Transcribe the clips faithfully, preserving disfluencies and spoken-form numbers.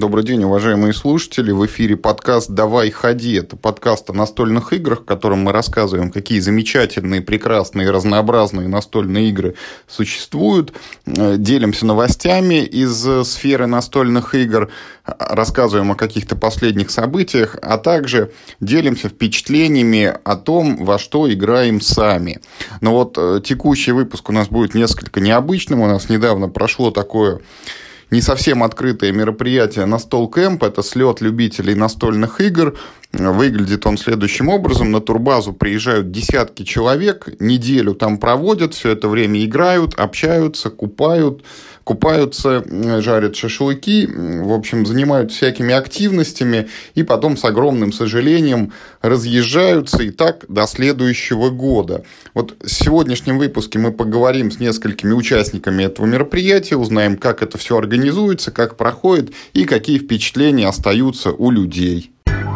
Добрый день, уважаемые слушатели. В эфире подкаст «Давай, ходи». Это подкаст о настольных играх, в котором мы рассказываем, какие замечательные, прекрасные, разнообразные настольные игры существуют. Делимся новостями из сферы настольных игр, рассказываем о каких-то последних событиях, а также делимся впечатлениями о том, во что играем сами. Но вот текущий выпуск у нас будет несколько необычным. У нас недавно прошло такое не совсем открытое мероприятие «Настол Кэмп». Это слет любителей настольных игр. Выглядит он следующим образом. На турбазу приезжают десятки человек, неделю там проводят, все это время играют, общаются, купают, купаются, жарят шашлыки, в общем, занимаются всякими активностями и потом с огромным сожалением разъезжаются, и так до следующего года. Вот в сегодняшнем выпуске мы поговорим с несколькими участниками этого мероприятия, узнаем, как это все организуется, как проходит и какие впечатления остаются у людей.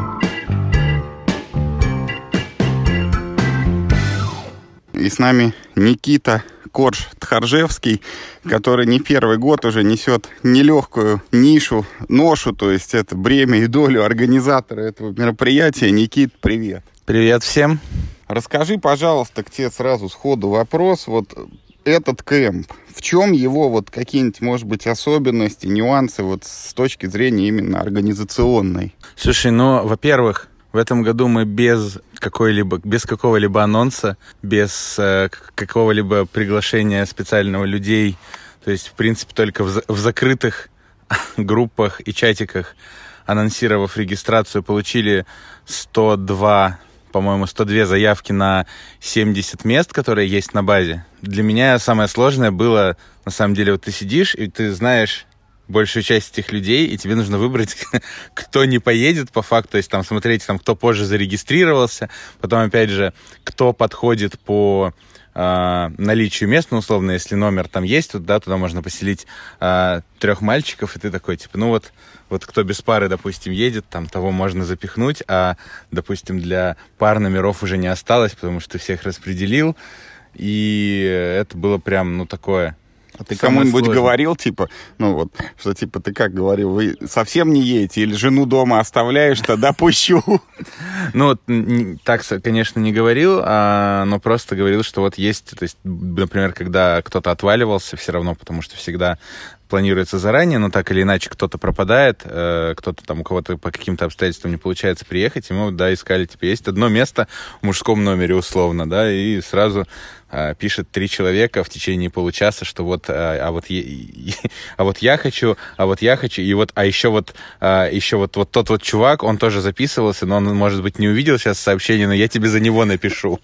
И с нами Никита Корж-Тхаржевский, который не первый год уже несет нелегкую нишу, ношу, то есть это бремя и долю организатора этого мероприятия. Никит, привет. Привет всем. Расскажи, пожалуйста, к тебе сразу сходу вопрос. Вот этот кэмп, в чем его вот какие-нибудь, может быть, особенности, нюансы вот с точки зрения именно организационной? Слушай, ну, во-первых, в этом году мы без какой-либо, без какого-либо анонса, без э, какого-либо приглашения специального людей, то есть, в принципе, только в, в закрытых группах и чатиках, анонсировав регистрацию, получили сто два, по-моему, сто две заявки на семьдесят мест, которые есть на базе. Для меня самое сложное было, на самом деле, вот ты сидишь, и ты знаешь большую часть этих людей, и тебе нужно выбрать, кто не поедет по факту, то есть там смотреть, там, кто позже зарегистрировался, потом, опять же, кто подходит по э, наличию мест, ну, условно, если номер там есть, то, да, туда можно поселить э, трех мальчиков, и ты такой, типа, ну вот, вот кто без пары, допустим, едет, там, того можно запихнуть, а, допустим, для пар номеров уже не осталось, потому что ты всех распределил, и это было прям, ну, такое... А ты кому-нибудь говорил, типа, ну вот, что типа ты как говорил, вы совсем не едете или жену дома оставляешь, тогда пущу? Ну, так, конечно, не говорил, но просто говорил, что вот есть, то есть, например, когда кто-то отваливался все равно, потому что всегда планируется заранее, но так или иначе кто-то пропадает, кто-то там, у кого-то по каким-то обстоятельствам не получается приехать, и мы, да, искали, типа, есть одно место в мужском номере условно, да, и сразу пишет три человека в течение получаса, что вот, а, а вот, а вот я хочу, а вот я хочу, и вот, а еще вот, а, еще вот, вот тот вот чувак, он тоже записывался, но он, может быть, не увидел сейчас сообщение, но я тебе за него напишу.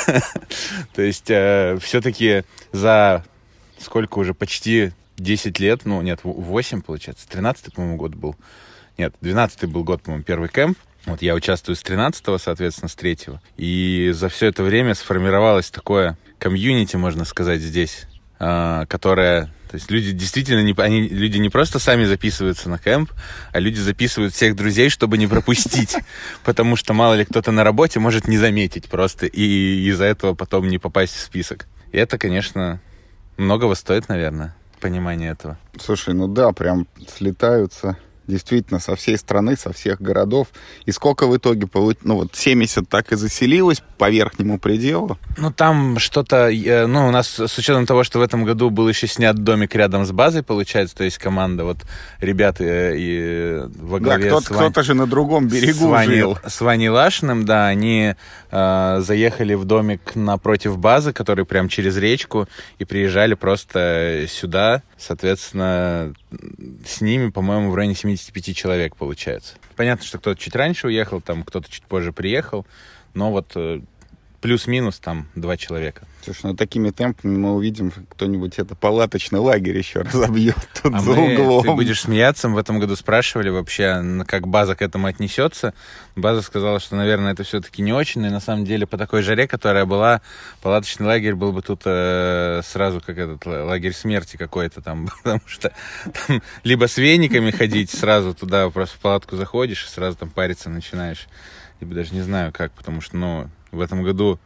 То есть все-таки за сколько уже, почти десять лет, ну нет, восемь, получается, тринадцатый, по-моему, год был. Нет, двенадцатый был год, по-моему, первый кэмп. Вот я участвую с тринадцатого, соответственно, с третьего. И за все это время сформировалось такое комьюнити, можно сказать, здесь, которое... То есть люди действительно не, они, люди не просто сами записываются на кэмп, а люди записывают всех друзей, чтобы не пропустить. Потому что мало ли кто-то на работе может не заметить просто и из-за этого потом не попасть в список. И это, конечно, многого стоит, наверное, понимание этого. Слушай, ну да, прям слетаются... Действительно, со всей страны, со всех городов. И сколько в итоге получилось? Ну, вот семьдесят так и заселилось по верхнему пределу? Ну, там что-то... Ну, у нас, с учетом того, что в этом году был еще снят домик рядом с базой, получается, то есть команда, вот, ребята и во главе... Да, кто-то, с Вань... кто-то же на другом берегу с Ваней, жил. С Ваней Лашиным, да, они э, заехали в домик напротив базы, который прям через речку, и приезжали просто сюда, соответственно, с ними, по-моему, в районе семьдесят пять человек получается. Понятно, что кто-то чуть раньше уехал, там кто-то чуть позже приехал, но вот э, плюс-минус там два человека. Слушай, ну такими темпами мы увидим, кто-нибудь это палаточный лагерь еще разобьет тут а за мы, углом. Ты будешь смеяться, в этом году спрашивали вообще, как база к этому отнесется. База сказала, что, наверное, это все-таки не очень, и на самом деле по такой жаре, которая была, палаточный лагерь был бы тут э, сразу как этот лагерь смерти какой-то там, потому что там либо с вениками ходить сразу туда, просто в палатку заходишь и сразу там париться начинаешь. Либо даже не знаю как, потому что, ну, в этом году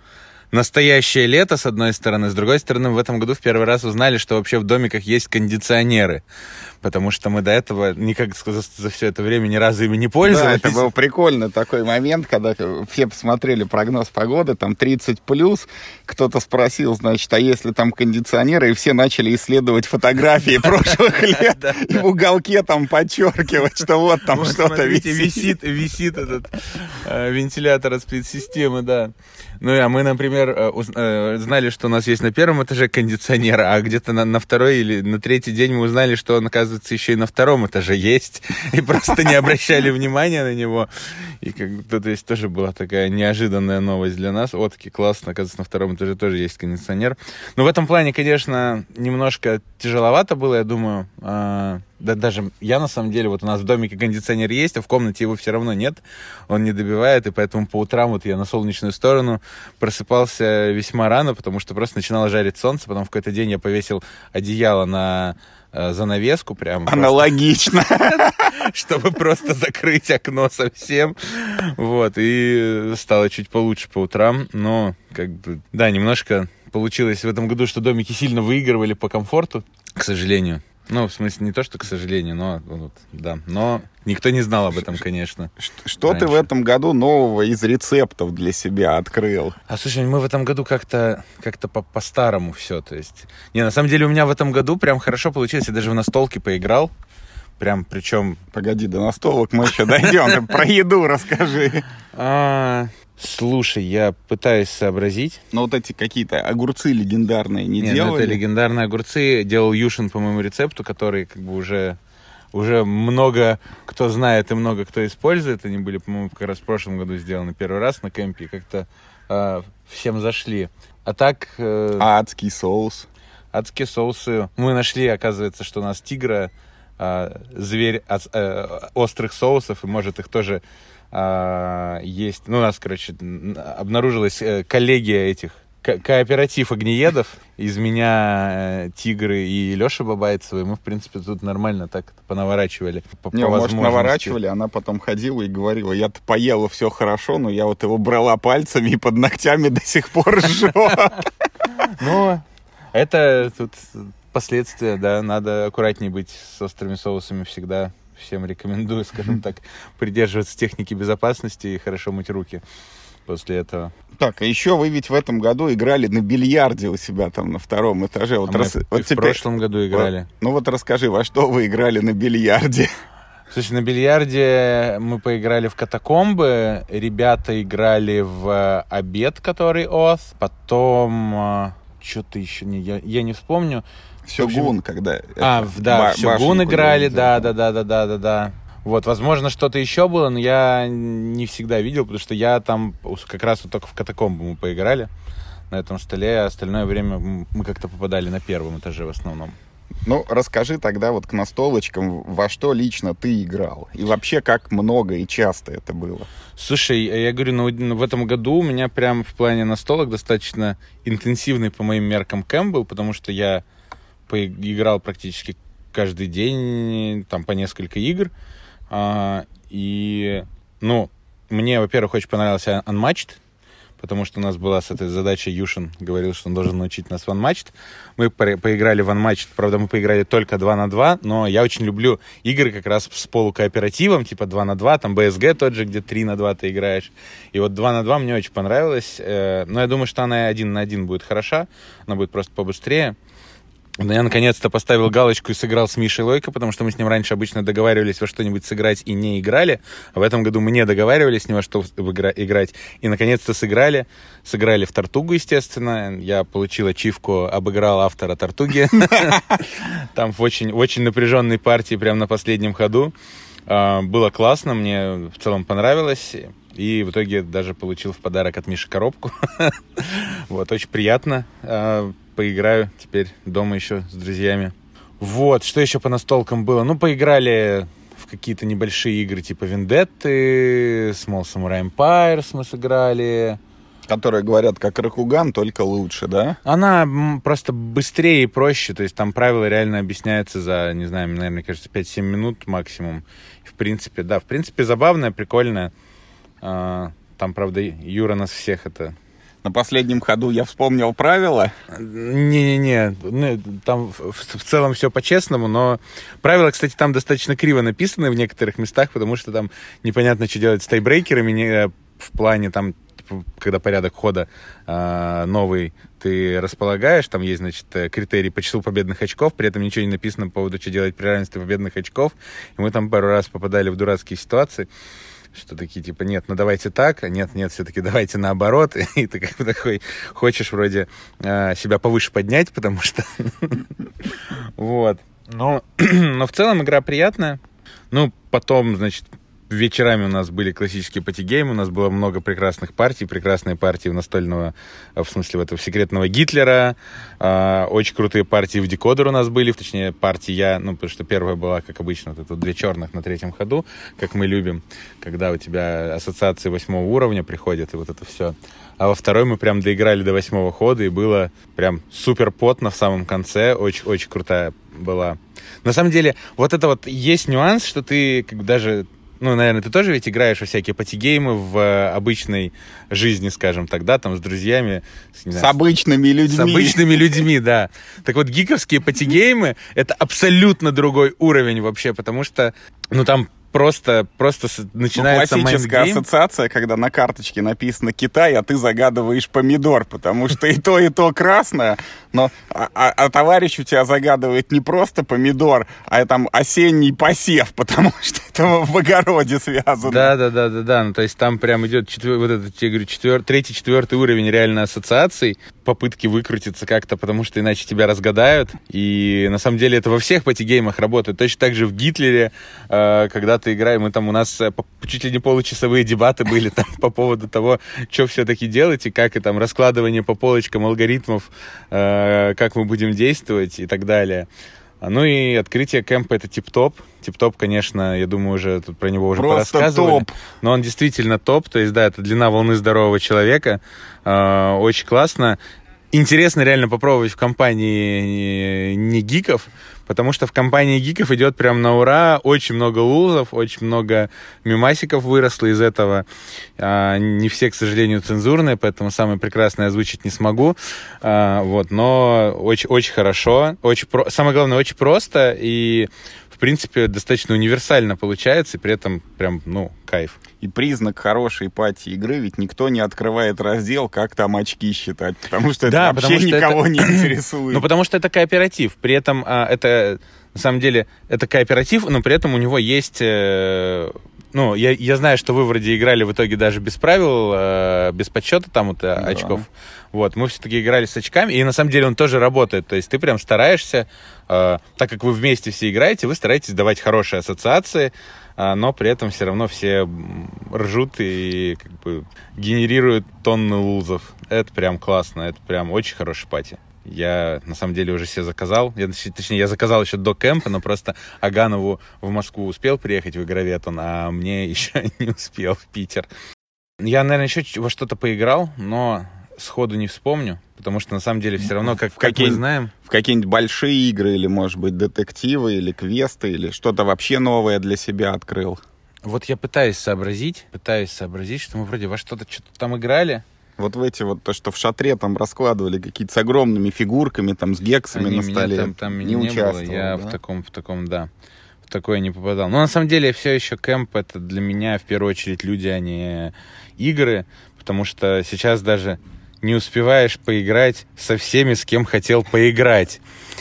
настоящее лето, с одной стороны. С другой стороны, в этом году в первый раз узнали, что вообще в домиках есть кондиционеры. Потому что мы до этого никак за, за все это время ни разу ими не пользовались. Да, это был прикольный такой момент, когда все посмотрели прогноз погоды, там тридцать плюс. Кто-то спросил, значит, а если там кондиционеры? И все начали исследовать фотографии прошлых лет. И в уголке там подчеркивать, что вот там что-то висит. Висит этот вентилятор от сплит-системы, да. Ну, а мы, например, знали, что у нас есть на первом этаже кондиционер, а где-то на, на второй или на третий день мы узнали, что он, оказывается, еще и на втором этаже есть, и просто не обращали внимания на него. И как бы, то есть тоже была такая неожиданная новость для нас. О, таки классно, оказывается, на втором этаже тоже есть кондиционер. Но в этом плане, конечно, немножко тяжеловато было, я думаю. Да даже я, на самом деле, вот у нас в домике кондиционер есть, а в комнате его все равно нет. Он не добивает, и поэтому по утрам вот я на солнечную сторону просыпался весьма рано, потому что просто начинало жарить солнце. Потом в какой-то день я повесил одеяло на э, занавеску прям. Аналогично. Чтобы просто закрыть окно совсем. Вот, и стало чуть получше по утрам. Но, как бы, да, немножко получилось в этом году, что домики сильно выигрывали по комфорту, к сожалению. Ну, в смысле, не то, что к сожалению, но вот, да. Но никто не знал об этом, конечно. Что, что ты в этом году нового из рецептов для себя открыл? А слушай, мы в этом году как-то, как-то по- по-старому все. То есть. Не, на самом деле у меня в этом году прям хорошо получилось. Я даже в настолки поиграл. Прям, причем... Погоди, до настолок мы еще дойдем. Про еду расскажи. Слушай, я пытаюсь сообразить. Но вот эти какие-то огурцы легендарные не Нет, делали? Ну, это легендарные огурцы. Делал Юшин по моему рецепту, который как бы уже, уже много кто знает и много кто использует. Они были, по-моему, как раз в прошлом году сделаны первый раз на кемпе. И как-то э, всем зашли. А так... Э, а адский соус? Адские соусы. Мы нашли, оказывается, что у нас тигра э, зверь от, э, острых соусов, и может их тоже... есть, ну, у нас, короче, обнаружилась коллегия этих, ко- кооператив огнеедов, из меня тигры и Леша Бабайцева, и мы, в принципе, тут нормально так понаворачивали. По, Не, по может, наворачивали, она потом ходила и говорила, я-то поела все хорошо, но я вот его брала пальцами и под ногтями до сих пор жжет. Ну, это тут последствия, да, надо аккуратнее быть с острыми соусами всегда. Всем рекомендую, скажем так, придерживаться техники безопасности и хорошо мыть руки после этого. Так, а еще вы ведь в этом году играли на бильярде у себя там на втором этаже. Вот а рас... мы вот и теперь... в прошлом году играли. Вот. Ну вот расскажи, во что вы играли на бильярде? Слушай, на бильярде мы поиграли в катакомбы, ребята играли в обед, который Оз, потом что-то еще, не, я, я не вспомню. Сёгун, когда... А, да, в Сёгун играли, да, да, да, да, да, да, да. Вот, возможно, что-то еще было, но я не всегда видел, потому что я там как раз вот только в катакомбу мы поиграли на этом столе, а остальное время мы как-то попадали на первом этаже в основном. Ну, расскажи тогда вот к настолочкам, во что лично ты играл? И вообще, как много и часто это было? Слушай, я говорю, ну, в этом году у меня прям в плане настолок достаточно интенсивный по моим меркам кэмп был, потому что я играл практически каждый день, там, по несколько игр. А, и, ну, мне, во-первых, очень понравился Unmatched, потому что у нас была с этой задачей, Юшин говорил, что он должен научить нас в Unmatched. Мы по- поиграли в Unmatched, правда, мы поиграли только два на два, но я очень люблю игры как раз с полукооперативом, типа два на два, там би эс джи тот же, где три на два ты играешь. И вот два на два мне очень понравилось, но я думаю, что она один на один будет хороша, она будет просто побыстрее. Но я наконец-то поставил галочку и сыграл с Мишей Лойко, потому что мы с ним раньше обычно договаривались во что-нибудь сыграть и не играли. А в этом году мы не договаривались ни во что играть. И наконец-то сыграли. Сыграли в Тартугу, естественно. Я получил ачивку, обыграл автора Тартуги. Там в очень, очень напряженной партии, прямо на последнем ходу. Было классно, мне в целом понравилось. И в итоге даже получил в подарок от Миши коробку. Вот, очень приятно. Поиграю теперь дома еще с друзьями. Вот, что еще по настолкам было? Ну, поиграли в какие-то небольшие игры типа Вендетты, Small Samurai Empires мы сыграли. Которые говорят, как Рокуган, только лучше, да? Она просто быстрее и проще, то есть там правила реально объясняются за, не знаю, наверное, кажется, пять-семь минут максимум. И в принципе, да, в принципе, забавная, прикольная. Там, правда, Юра нас всех это... На последнем ходу я вспомнил правила. Не-не-не, ну, там в, в целом все по-честному, но правила, кстати, там достаточно криво написаны в некоторых местах, потому что там непонятно, что делать с тайбрейкерами, не, в плане там, когда порядок хода э, новый ты располагаешь, там есть, значит, критерий по числу победных очков, при этом ничего не написано по поводу, что делать при равенстве победных очков, и мы там пару раз попадали в дурацкие ситуации, что такие, типа, нет, ну давайте так, а нет, нет, все-таки давайте наоборот. И ты как бы такой хочешь вроде э, себя повыше поднять, потому что... Вот. Но в целом игра приятная. Ну, потом, значит, вечерами у нас были классические патигеймы, у нас было много прекрасных партий, прекрасные партии в настольного, в смысле, в этого секретного Гитлера, э, очень крутые партии в Декодер у нас были, точнее, партии я, ну, потому что первая была, как обычно, вот это две черных на третьем ходу, как мы любим, когда у тебя ассоциации восьмого уровня приходят, и вот это все. А во второй мы прям доиграли до восьмого хода, и было прям супер потно в самом конце, очень-очень крутая была. На самом деле, вот это вот есть нюанс, что ты как даже... Ну, наверное, ты тоже ведь играешь во всякие патигеймы в обычной жизни, скажем так, да, там с друзьями. С, знаю, с обычными людьми. С обычными людьми, да. Так вот, гиковские патигеймы — это абсолютно другой уровень вообще, потому что, ну, там просто, просто начинается ну, классическая майндгейм. Ассоциация, когда на карточке написано «Китай», а ты загадываешь помидор, потому что и то, и то красное, но а, а, а товарищ у тебя загадывает не просто помидор, а там осенний посев, потому что это в огороде связано. Да-да-да-да-да, ну то есть там прям идет четвер... вот этот, я говорю, четвер... третий, четвертый уровень реально ассоциаций, попытки выкрутиться как-то, потому что иначе тебя разгадают, и на самом деле это во всех патигеймах работает. Точно так же в Гитлере, э, когда ты играешь, мы там, у нас чуть ли не получасовые дебаты были там по поводу того, что все-таки делать, и как, и там раскладывание по полочкам алгоритмов, э, как мы будем действовать и так далее. Ну и открытие кемпа — это тип-топ. Тип-топ, конечно, я думаю, уже тут про него уже просто порассказывали. Топ. Но он действительно топ, то есть, да, это длина волны здорового человека. Э, очень классно. Интересно реально попробовать в компании не гиков, потому что в компании гиков идет прям на ура, очень много лузов, очень много мемасиков выросло из этого. А, не все, к сожалению, цензурные, поэтому самое прекрасное озвучить не смогу. А, вот, но очень, очень хорошо. Очень про... Самое главное, очень просто и, в принципе, достаточно универсально получается, и при этом прям, ну, кайф. И признак хорошей пати игры, ведь никто не открывает раздел, как там очки считать, потому что да, это вообще что никого это... не интересует. Ну, потому что это кооператив. При этом а, это, на самом деле, это кооператив, но при этом у него есть... Э, ну, я, я знаю, что вы вроде играли в итоге даже без правил, э, без подсчета там вот да. очков. Вот, мы все-таки играли с очками, и на самом деле он тоже работает. То есть ты прям стараешься, э, так как вы вместе все играете, вы стараетесь давать хорошие ассоциации, э, но при этом все равно все ржут и как бы генерируют тонны лузов. Это прям классно, это прям очень хороший пати. Я, на самом деле, уже все заказал. Я, точнее, я заказал еще до кемпа, но просто Аганову в Москву успел приехать в Игроветон, а мне еще не успел в Питер. Я, наверное, еще во что-то поиграл, но сходу не вспомню, потому что, на самом деле, все равно, как, как мы знаем... В какие-нибудь большие игры, или, может быть, детективы, или квесты, или что-то вообще новое для себя открыл? Вот я пытаюсь сообразить, пытаюсь сообразить, что мы вроде во что-то что-то там играли. Вот в эти вот, то, что в шатре там раскладывали какие-то с огромными фигурками, там, с гексами Они, на столе. Там, там не не участвовал, было, я да? в таком, в таком, да, в такое не попадал. Но на самом деле все еще кемп — это для меня в первую очередь люди, а не игры, потому что сейчас даже не успеваешь поиграть со всеми, с кем хотел поиграть.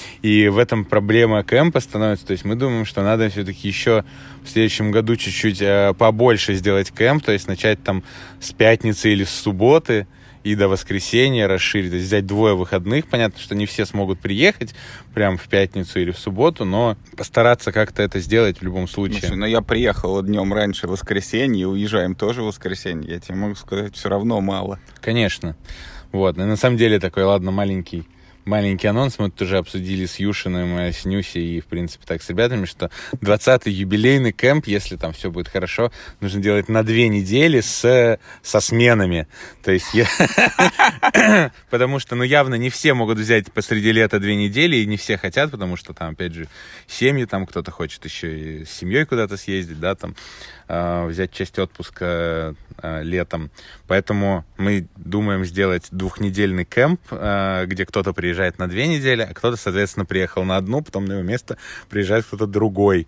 И в этом проблема кемпа становится. То есть мы думаем, что надо все-таки еще в следующем году чуть-чуть э, побольше сделать кемп, то есть начать там с пятницы или с субботы и до воскресенья расширить, то есть взять двое выходных. Понятно, что не все смогут приехать прям в пятницу или в субботу, но постараться как-то это сделать в любом случае. Слушай, ну я приехал днем раньше в воскресенье, уезжаем тоже в воскресенье. Я тебе могу сказать, все равно мало. Конечно. Вот. И на самом деле такой, ладно, маленький маленький анонс. Мы тут уже обсудили с Юшиным, с Нюси и, в принципе, так с ребятами, что двадцатый юбилейный кэмп, если там все будет хорошо, нужно делать на две недели с, со сменами. То есть я... Потому что, ну, явно не все могут взять посреди лета две недели, и не все хотят, потому что там, опять же, семьи, там кто-то хочет еще и с семьей куда-то съездить, да, там, э, взять часть отпуска э, летом. Поэтому мы думаем сделать двухнедельный кэмп, э, где кто-то приезжает на две недели, а кто-то, соответственно, приехал на одну, потом на его место приезжает кто-то другой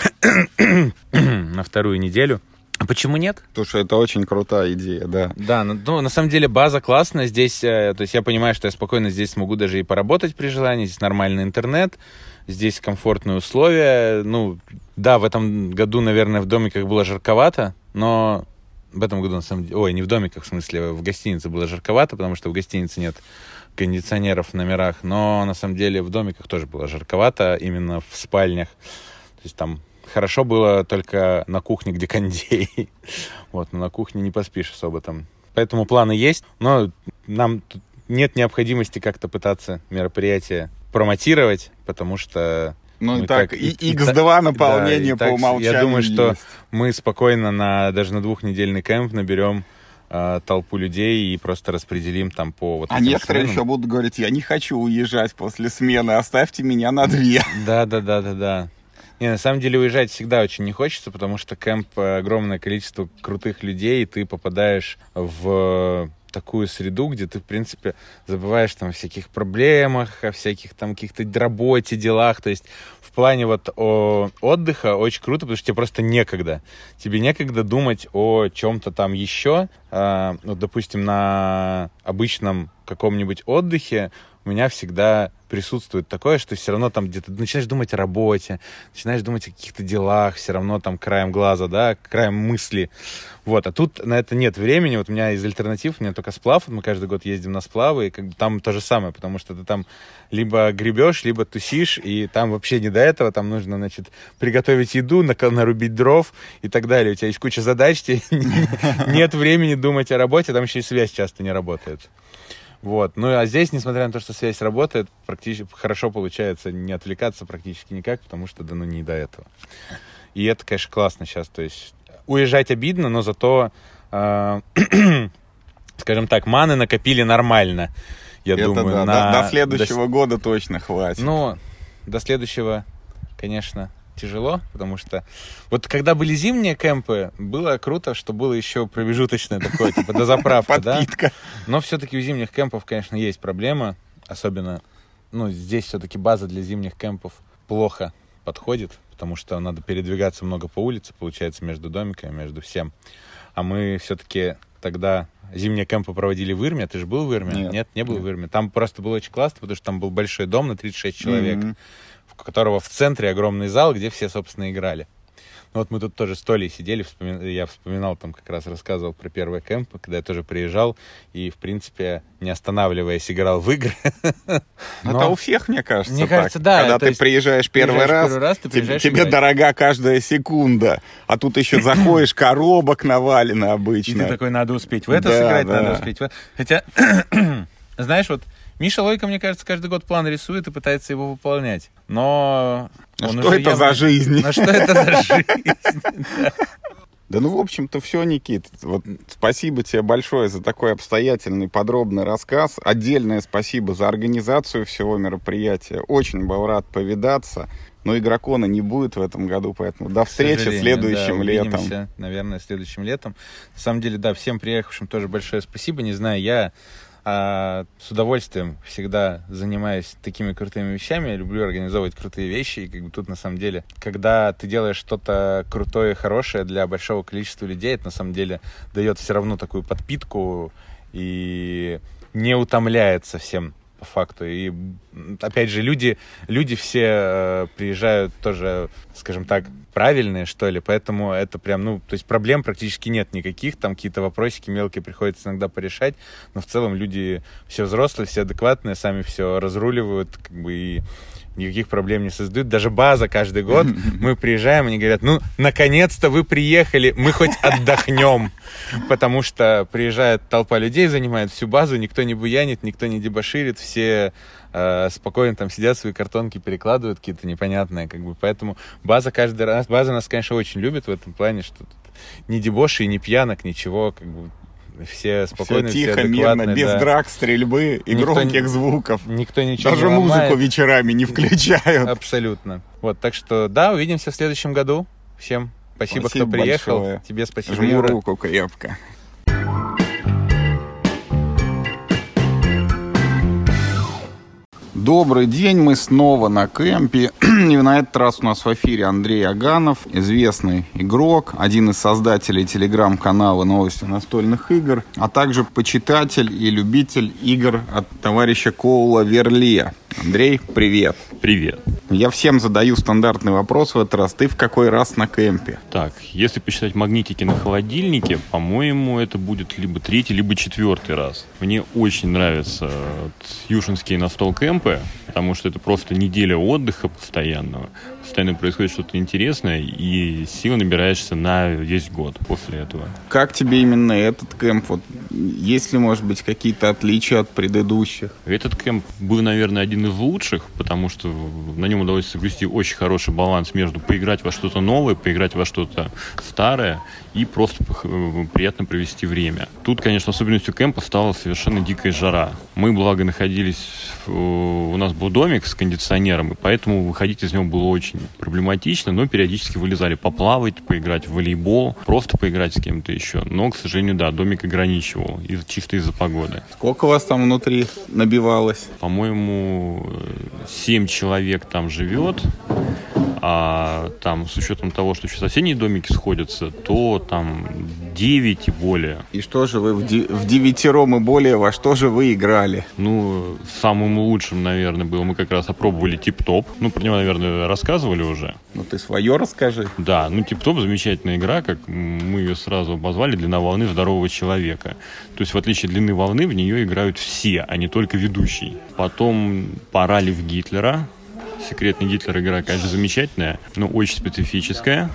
на вторую неделю. А почему нет? Слушай, это очень крутая идея, да. Да, ну, ну на самом деле база классная. Здесь, э, то есть я понимаю, что я спокойно здесь смогу даже и поработать при желании. Здесь нормальный интернет, здесь комфортные условия. Ну, да, в этом году, наверное, в домиках было жарковато, но в этом году, на самом деле... Ой, не в домиках, в смысле, в гостинице было жарковато, потому что в гостинице нет кондиционеров в номерах, но на самом деле в домиках тоже было жарковато, именно в спальнях. То есть там... Хорошо было только на кухне, где кондей. Вот, но на кухне не поспишь особо там. Поэтому планы есть, но нам тут нет необходимости как-то пытаться мероприятие промотировать, потому что... Ну и так, как, и, и икс два наполнение да, по так, умолчанию. Я думаю, есть. Что мы спокойно на, даже на двухнедельный кэмп наберем э, толпу людей и просто распределим там по... Вот а некоторые сменам. Еще будут говорить, я не хочу уезжать после смены, оставьте меня на две. Да-да-да-да-да. Не, на самом деле уезжать всегда очень не хочется, потому что кэмп — огромное количество крутых людей, и ты попадаешь в такую среду, где ты, в принципе, забываешь там о всяких проблемах, о всяких там каких-то работе, делах. То есть в плане вот о отдыха очень круто, потому что тебе просто некогда. Тебе некогда думать о чем-то там еще. А, вот, допустим, на обычном каком-нибудь отдыхе у меня всегда присутствует такое, что все равно там где-то начинаешь думать о работе, начинаешь думать о каких-то делах, все равно там краем глаза, да, краем мысли. Вот, а тут на это нет времени. Вот у меня из альтернатив, у меня только сплав, вот мы каждый год ездим на сплавы, и как бы там то же самое, потому что ты там либо гребешь, либо тусишь, и там вообще не до этого, там нужно, значит, приготовить еду, нарубить дров и так далее. У тебя есть куча задач, тебе нет времени думать о работе, там еще и связь часто не работает. Вот. Ну, а здесь, несмотря на то, что связь работает, практически хорошо получается не отвлекаться практически никак, потому что, да, ну, не до этого. И это, конечно, классно сейчас. То есть уезжать обидно, но зато, э, скажем так, маны накопили нормально, я это думаю. Да, на... до, до следующего до... года точно хватит. Ну, до следующего, конечно... тяжело, потому что вот когда были зимние кемпы, было круто, что было еще промежуточное такое, типа дозаправка, да? Но все-таки у зимних кемпов, конечно, есть проблема, особенно, ну, здесь все-таки база для зимних кемпов плохо подходит, потому что надо передвигаться много по улице, получается, между домиками, между всем. А мы все-таки тогда зимние кемпы проводили в Ирме. Ты же был в Ирме? Нет, Нет не был Нет. в Ирме. Там просто было очень классно, потому что там был большой дом на тридцать шесть человек. Mm-hmm. У которого в центре огромный зал, где все, собственно, играли. Ну, вот мы тут тоже с Толей сидели, вспомин... я вспоминал, там как раз рассказывал про первый кемп, когда я тоже приезжал и, в принципе, не останавливаясь, играл в игры. Но... Это у всех, мне кажется, мне так. кажется, да. Когда ты приезжаешь первый раз, первый раз тебе, тебе дорога каждая секунда, а тут еще заходишь, коробок навалено обычно. И ты такой, надо успеть в это да, сыграть, да. надо успеть в это. Хотя, знаешь, вот Миша Лойко, мне кажется, каждый год план рисует и пытается его выполнять. Но... А что это явно... за жизнь? А что это за жизнь? Да ну, в общем-то, все, Никит. Вот спасибо тебе большое за такой обстоятельный, подробный рассказ. Отдельное спасибо за организацию всего мероприятия. Очень был рад повидаться. Но Игрокона не будет в этом году, поэтому до встречи следующим да, летом. Увидимся, наверное, следующим летом. На самом деле, да, всем приехавшим тоже большое спасибо. Не знаю, я... А с удовольствием всегда занимаюсь такими крутыми вещами. Я люблю организовывать крутые вещи. И как бы тут на самом деле, когда ты делаешь что-то крутое и хорошее для большого количества людей, это на самом деле дает все равно такую подпитку и не утомляет совсем по факту. И опять же, люди, люди все э, приезжают тоже, скажем так, правильные, что ли, поэтому это прям, ну, то есть проблем практически нет никаких, там какие-то вопросики мелкие приходится иногда порешать, но в целом люди все взрослые, все адекватные, сами все разруливают, как бы, и никаких проблем не создают. Даже база каждый год, мы приезжаем, они говорят, ну, наконец-то вы приехали, мы хоть отдохнем, потому что приезжает толпа людей, занимает всю базу, никто не буянит, никто не дебоширит, все э, спокойно там сидят, свои картонки перекладывают какие-то непонятные, как бы, поэтому база каждый раз, база нас, конечно, очень любит в этом плане, что тут ни дебошей, ни пьянок, ничего, как бы, все спокойно, все тихо, все мирно, без да. драк, стрельбы и никто громких не, звуков. Никто ничего Даже не музыку ломает. вечерами не включают. Абсолютно. Вот, так что, да, увидимся в следующем году. Всем спасибо, спасибо кто приехал. большое. Тебе спасибо, Жму Юра. руку крепко. Добрый день, мы снова на кемпе. И на этот раз у нас в эфире Андрей Аганов, известный игрок, один из создателей телеграм-канала «Новости настольных игр», а также почитатель и любитель игр от товарища Коула Верле. Андрей, привет. Привет. Я всем задаю стандартный вопрос в этот раз. Ты в какой раз на кемпе? Так, если посчитать магнитики на холодильнике, по-моему, это будет либо третий, либо четвертый раз. Мне очень нравятся юшинские настол-кемпы, потому что это просто неделя отдыха постоянного. Постоянно происходит что-то интересное, и силы набираешься на весь год после этого. Как тебе именно этот кемп? Вот, есть ли, может быть, какие-то отличия от предыдущих? Этот кемп был, наверное, один из лучших, потому что на нем удалось соблюсти очень хороший баланс между поиграть во что-то новое, поиграть во что-то старое и просто приятно провести время. Тут, конечно, особенностью кемпа стала совершенно дикая жара. Мы, благо, находились... У нас был домик с кондиционером, и поэтому выходить из него было очень проблематично, но периодически вылезали поплавать, поиграть в волейбол, просто поиграть с кем-то еще. Но, к сожалению, да, домик ограничивал, из, чисто из-за погоды. Сколько у вас там внутри набивалось? По-моему, семь человек там живет. А там, с учетом того, что еще соседние домики сходятся, то там девять и более. И что же вы в, ди- в девятером и более, во что же вы играли? Ну, самым лучшим, наверное, было, мы как раз опробовали Тип-Топ. Ну, про него, наверное, рассказывали уже. Ну, ты свое расскажи. Да, ну, Тип-Топ замечательная игра, как мы ее сразу обозвали, длина волны здорового человека. То есть, в отличие от длины волны, в нее играют все, а не только ведущий. Потом «Поралив Гитлера». «Секретный Гитлер» игра, конечно, замечательная, но очень специфическая.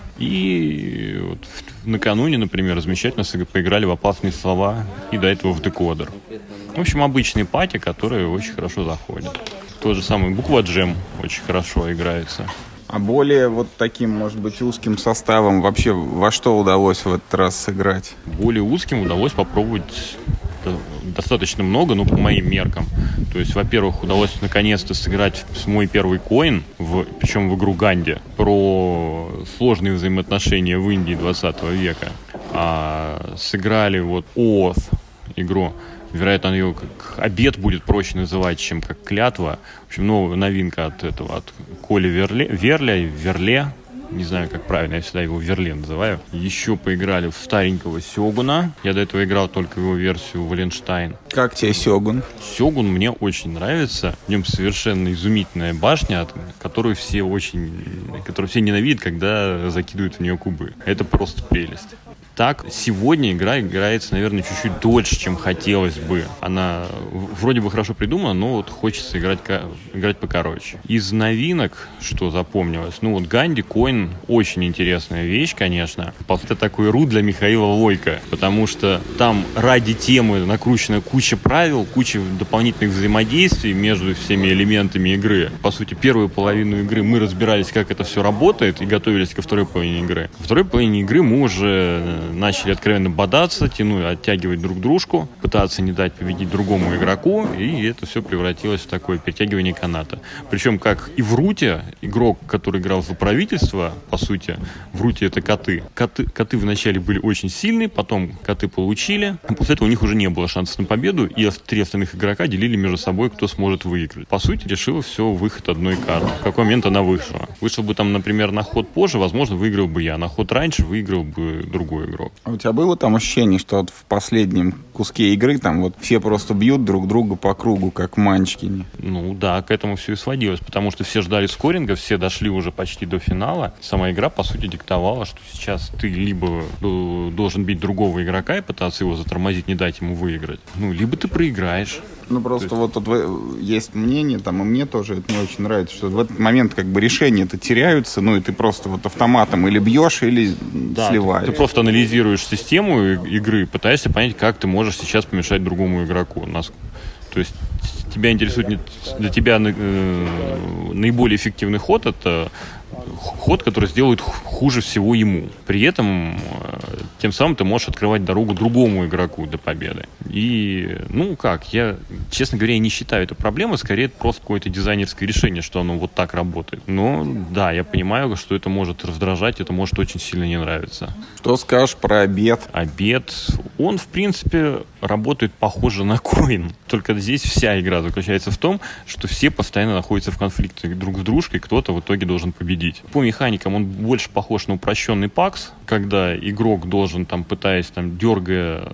И вот накануне, например, замечательно поиграли в «Опасные слова» и до этого в «Декодер». В общем, обычные пати, которые очень хорошо заходят. То же самое «Буква Джем» очень хорошо играется. А более вот таким, может быть, узким составом вообще во что удалось в этот раз сыграть? Более узким удалось попробовать достаточно много, ну, по моим меркам. То есть, во-первых, удалось наконец-то сыграть в мой первый коин, в, причем в игру Ганди, про сложные взаимоотношения в Индии двадцатого века. А, сыграли вот ООС игру. Вероятно, ее как обед будет проще называть, чем как клятва. В общем, новая новинка от этого, от Коли Верле, Верля, Верле. Не знаю, как правильно, я всегда его Верле называю. Еще поиграли в старенького Сёгуна. Я до этого играл только его версию Валенштайн. Как тебе Сёгун? Сёгун мне очень нравится. В нем совершенно изумительная башня, которую все очень, которую все ненавидят, когда закидывают в нее кубы. Это просто прелесть. Так, сегодня игра играется, наверное, чуть-чуть дольше, чем хотелось бы. Она вроде бы хорошо придумана, но вот хочется играть, играть покороче. Из новинок, что запомнилось, ну вот Ганди, Коин, очень интересная вещь, конечно. Это такой рут для Михаила Лойко, потому что там ради темы накручена куча правил, куча дополнительных взаимодействий между всеми элементами игры. По сути, первую половину игры мы разбирались, как это все работает, и готовились ко второй половине игры. Во второй половине игры мы уже начали откровенно бодаться, тянуть, оттягивать друг дружку, пытаться не дать победить другому игроку, и это все превратилось в такое перетягивание каната. Причем, как и в Руте, игрок, который играл за правительство, по сути, в Руте это коты. Коты, коты вначале были очень сильные, потом коты получили, а после этого у них уже не было шансов на победу, и три остальных игрока делили между собой, кто сможет выиграть. По сути, решила все выход одной карты. В какой момент она вышла? Вышла бы там, например, на ход позже, возможно, выиграл бы я, на ход раньше выиграл бы другой игрок. А у тебя было там ощущение, что вот в последнем куске игры там вот все просто бьют друг друга по кругу, как манчкини? Ну да, к этому все и сводилось, потому что все ждали скоринга, все дошли уже почти до финала. Сама игра, по сути, диктовала, что сейчас ты либо должен бить другого игрока и пытаться его затормозить, не дать ему выиграть, ну, либо ты проиграешь. Ну, просто есть... вот тут есть мнение, там, и мне тоже это не очень нравится, что в этот момент как бы решения-то теряются, ну, и ты просто вот автоматом или бьешь, или да, сливаешь. Ты, ты просто анализируешь систему игры, пытаешься понять, как ты можешь сейчас помешать другому игроку. У нас, то есть тебя интересует, для тебя э, наиболее эффективный ход — это ход, который сделает хуже всего ему. При этом тем самым ты можешь открывать дорогу другому игроку до победы. И, ну как, я, честно говоря, не считаю это проблемой, скорее это просто какое-то дизайнерское решение, что оно вот так работает. Но да, я понимаю, что это может раздражать, это может очень сильно не нравиться. Что скажешь про обед? Обед, он, в принципе, работает похоже на коин. Только здесь вся игра заключается в том, что все постоянно находятся в конфликте друг с дружкой, кто-то в итоге должен победить. По механикам он больше похож на упрощенный пакс, когда игрок должен, там, пытаясь, там, дергая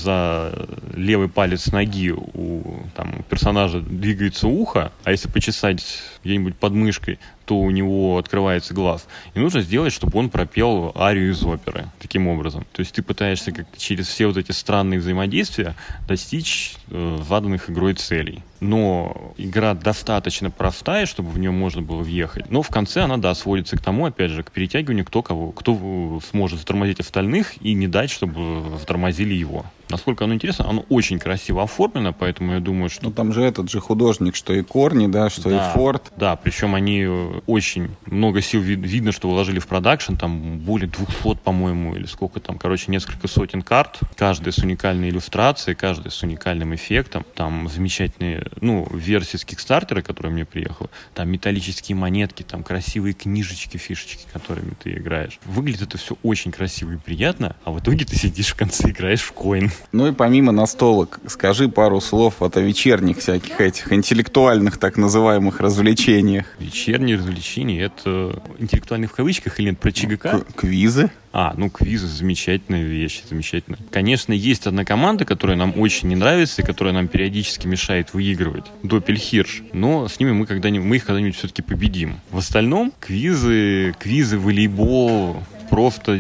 за левый палец ноги, у там, персонажа двигается ухо, а если почесать где-нибудь под мышкой, то у него открывается глаз. И нужно сделать, чтобы он пропел арию из оперы таким образом. То есть ты пытаешься как через все вот эти странные взаимодействия достичь э, заданных игрой целей. Но игра достаточно простая, чтобы в нее можно было въехать. Но в конце она, да, сводится к тому, опять же, к перетягиванию, кто кого, кто сможет затормозить остальных и не дать, чтобы затормозили его. Насколько оно интересно, оно очень красиво оформлено, поэтому я думаю, что... Ну там же этот же художник, что и Корни, да, что да, и Форд. Да, причем они очень много сил, видно, что вложили в продакшн, там более двухсот, по-моему, или сколько там, короче, несколько сотен карт, каждая с уникальной иллюстрацией, каждая с уникальным эффектом, там замечательные, ну, версии с Кикстартера, которая мне приехала, там металлические монетки, там красивые книжечки, фишечки, которыми ты играешь. Выглядит это все очень красиво и приятно, а в итоге ты сидишь в конце, играешь в коин. Ну и помимо настолок, скажи пару слов вот о вечерних всяких этих интеллектуальных так называемых развлечениях. Вечерние развлечения — это интеллектуальные в кавычках или нет, про ЧГК? К- квизы? А, ну квизы — замечательная вещь, замечательно. Конечно, есть одна команда, которая нам очень не нравится и которая нам периодически мешает выигрывать. Доппельхирш. Но с ними мы когда-нибудь, мы их когда-нибудь все-таки победим. В остальном квизы, квизы, волейбол, просто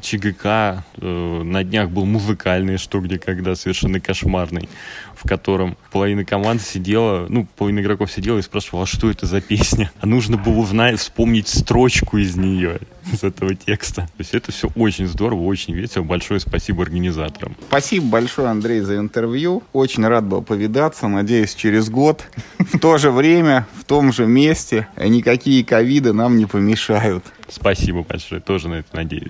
ЧГК. Э, на днях был музыкальный «Что, где, когда», совершенно кошмарный, в котором половина команды сидела, ну, половина игроков сидела и спрашивала, а что это за песня? А нужно было узнать, вспомнить строчку из нее, из этого текста. То есть это все очень здорово, очень весело. Большое спасибо организаторам. Спасибо большое, Андрей, за интервью. Очень рад был повидаться. Надеюсь, через год в то же время, в том же месте. Никакие ковиды нам не помешают. Спасибо большое, тоже на это надеюсь.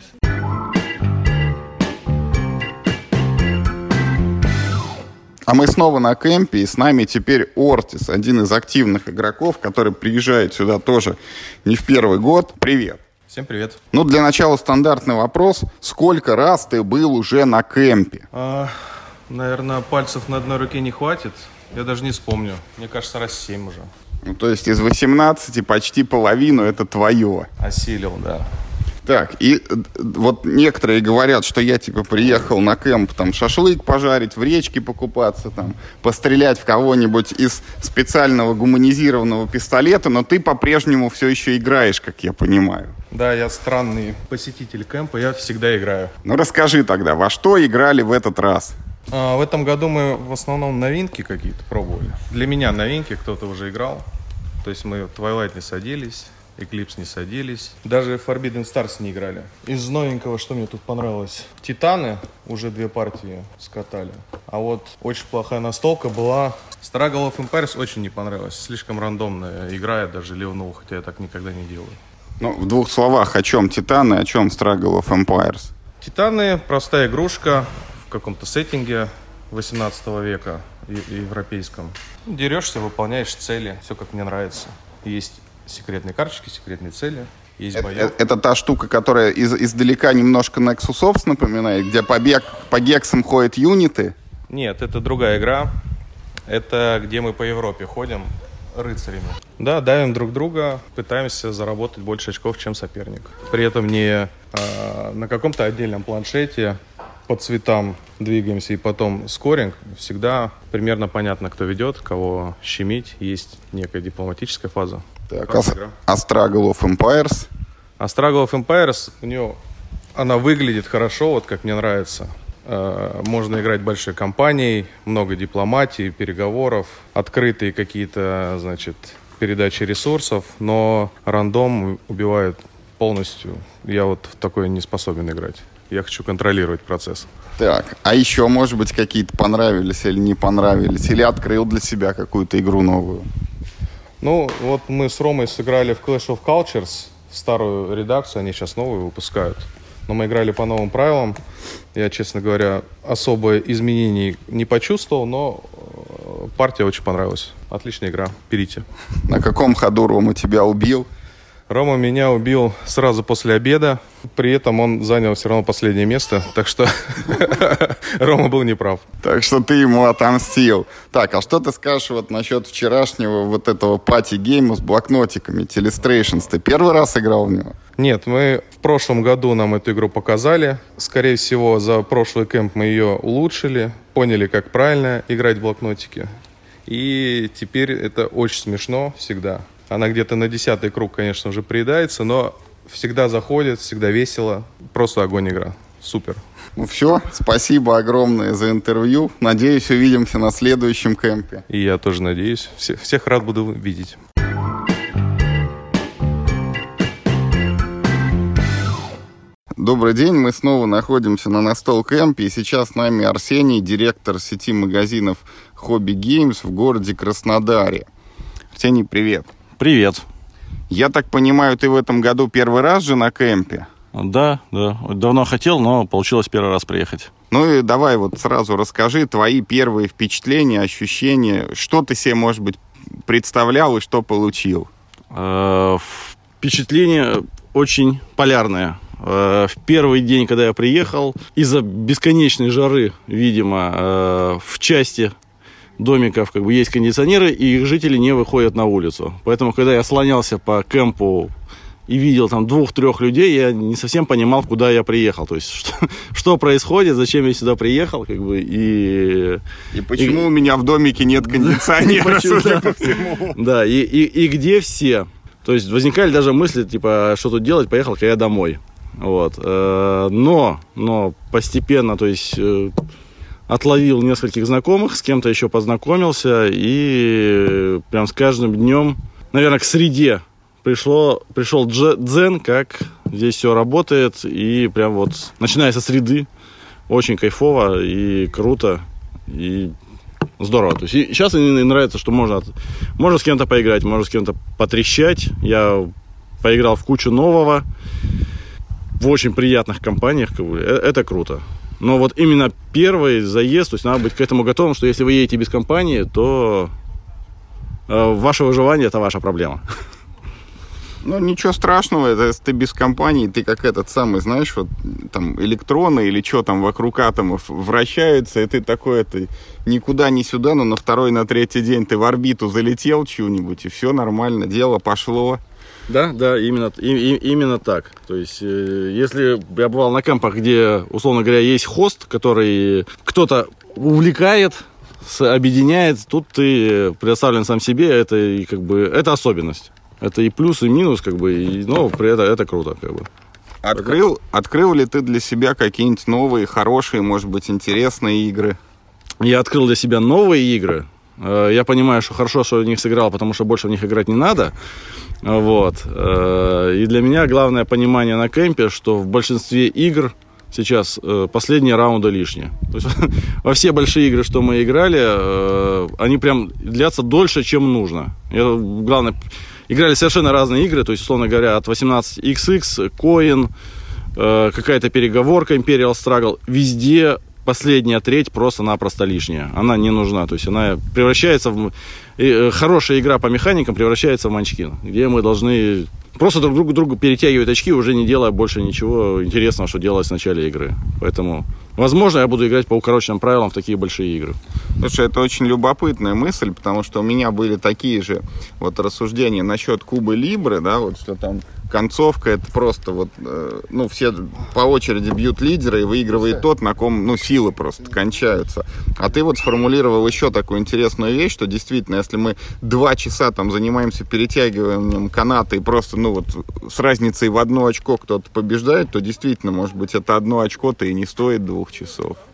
А мы снова на кемпе, и с нами теперь Ортис, один из активных игроков, который приезжает сюда тоже не в первый год. Привет. Всем привет. Ну, для начала стандартный вопрос. Сколько раз ты был уже на кемпе? А, наверное, пальцев на одной руке не хватит. Я даже не вспомню. Мне кажется, раз семь уже. Ну, то есть из восемнадцати почти половину это твое. Осилил, да. Так, и вот некоторые говорят, что я типа приехал на кемп там шашлык пожарить, в речке покупаться, там, пострелять в кого-нибудь из специального гуманизированного пистолета, но ты по-прежнему все еще играешь, как я понимаю. Да, я странный посетитель кемпа, я всегда играю. Ну расскажи тогда, во что играли в этот раз? А, в этом году мы в основном новинки какие-то пробовали. Для меня новинки, кто-то уже играл. То есть мы в Twilight не садились, Eclipse не садились. Даже Forbidden Stars не играли. Из новенького, что мне тут понравилось? Титаны уже две партии скатали. А вот очень плохая настолка была. Struggle of Empires очень не понравилась. Слишком рандомная игра, я даже ливнул, хотя я так никогда не делаю. Ну, в двух словах, о чем Титаны, о чем Struggle of Empires? Титаны — простая игрушка в каком-то сеттинге восемнадцатого века, европейском. Дерешься, выполняешь цели, все как мне нравится. Есть секретные карточки, секретные цели, есть Это, боёвка. это та штука, которая из, издалека немножко Nexus Ops напоминает, где по, бег, по гексам ходят юниты? Нет, это другая игра. Это где мы по Европе ходим рыцарями. Да, давим друг друга, пытаемся заработать больше очков, чем соперник. При этом не а, на каком-то отдельном планшете по цветам двигаемся и потом скоринг. Всегда примерно понятно, кто ведет, кого щемить. Есть некая дипломатическая фаза. Так, а, а Struggle of Empires? А Struggle of Empires, у нее, она выглядит хорошо, вот как мне нравится. Э, можно играть большой компанией, много дипломатии, переговоров, открытые какие-то, значит, передачи ресурсов, но рандом убивает полностью. Я вот в такое не способен играть. я хочу контролировать процесс. Так, а еще, может быть, какие-то понравились или не понравились? Или открыл для себя какую-то игру новую? Ну, вот мы с Ромой сыграли в Clash of Cultures, в старую редакцию, они сейчас новую выпускают. Но мы играли по новым правилам. Я, честно говоря, особо изменений не почувствовал, но партия очень понравилась. Отличная игра, берите. На каком ходу Рома тебя убил? Рома меня убил сразу после обеда. При этом он занял все равно последнее место. Так что Рома был неправ. Так что ты ему отомстил. Так, а что ты скажешь вот насчет вчерашнего вот этого пати-гейма с блокнотиками, Telestrations? Ты первый раз играл в него? Нет, мы в прошлом году нам эту игру показали. Скорее всего, за прошлый кэмп мы ее улучшили, поняли, как правильно играть в блокнотики. И теперь это очень смешно всегда. Она где-то на десятый круг, конечно, уже приедается, но всегда заходит, всегда весело. Просто огонь игра. Супер. Ну все, спасибо огромное за интервью. Надеюсь, увидимся на следующем кемпе. И я тоже надеюсь. Всех, всех рад буду видеть. Добрый день, мы снова находимся на Настол Кэмпе, и сейчас с нами Арсений, директор сети магазинов Hobby Games в городе Краснодаре. Арсений, привет. Привет. Я так понимаю, ты в этом году первый раз же на кемпе? Да, да. Давно хотел, но получилось первый раз приехать. Ну и давай вот сразу расскажи твои первые впечатления, ощущения. Что ты себе, может быть, представлял и что получил? Впечатление очень полярное. В первый день, когда я приехал, из-за бесконечной жары, видимо, в части домиков как бы есть кондиционеры, и их жители не выходят на улицу. Поэтому, когда я слонялся по кемпу и видел там двух-трех людей, я не совсем понимал, куда я приехал. То есть, что, что происходит, зачем я сюда приехал, как бы, и... И почему и... у меня в домике нет кондиционера, судя по всему. Да, и, и, и где все? То есть, возникали даже мысли, типа, что тут делать, поехал-ка я домой. Вот. Но, но постепенно, то есть... Отловил нескольких знакомых, с кем-то еще познакомился, и прям с каждым днем, наверное, к среде пришло, пришел дзен, как здесь все работает, и прям вот, начиная со среды, очень кайфово и круто, и здорово. То есть и сейчас мне нравится, что можно, можно с кем-то поиграть, можно с кем-то потрещать. Я поиграл в кучу нового, в очень приятных компаниях, как бы, это круто. Но вот именно первый заезд, то есть надо быть к этому готовым, что если вы едете без компании, то э, ваше выживание – это ваша проблема. Ну, ничего страшного, это, если ты без компании, ты как этот самый, знаешь, вот там электроны или что там вокруг атомов вращаются, и ты такой, это никуда, ни сюда, но на второй, на третий день ты в орбиту залетел чью-нибудь, и все нормально, дело пошло. Да, да, именно, и, и, именно так. То есть, э, если я бывал на кемпах, где, условно говоря, есть хост, который кто-то увлекает, объединяет, тут ты предоставлен сам себе, это и как бы это особенность. Это и плюс, и минус, как бы, и, но при этом это круто, как бы. Открыл, открыл ли ты для себя какие-нибудь новые, хорошие, может быть, интересные игры? Я открыл для себя новые игры. Я понимаю, что хорошо, что в них сыграл, потому что больше в них играть не надо. Вот. И для меня главное понимание на кемпе, что в большинстве игр сейчас последние раунды лишние. То есть, во все большие игры, что мы играли, они прям длятся дольше, чем нужно. Это, главное, играли совершенно разные игры, то есть, условно говоря, от восемнадцать икс икс, Coin, какая-то переговорка, Imperial Struggle, везде последняя треть просто-напросто лишняя. Она не нужна. То есть она превращается в... Хорошая игра по механикам превращается в манчкин, где мы должны просто друг другу, другу перетягивать очки, уже не делая больше ничего интересного, что делалось в начале игры. Поэтому, возможно, я буду играть по укороченным правилам в такие большие игры. Слушай, это очень любопытная мысль, потому что у меня были такие же вот рассуждения насчет Кубы Либры, да, вот что там концовка, это просто вот, э, ну, все по очереди бьют лидера, и выигрывает тот, на ком, ну, силы просто кончаются. А ты вот сформулировал еще такую интересную вещь, что действительно, если мы два часа там занимаемся перетягиванием каната и просто, ну, вот с разницей в одно очко кто-то побеждает, то действительно, может быть, это одно очко-то и не стоит двух часов.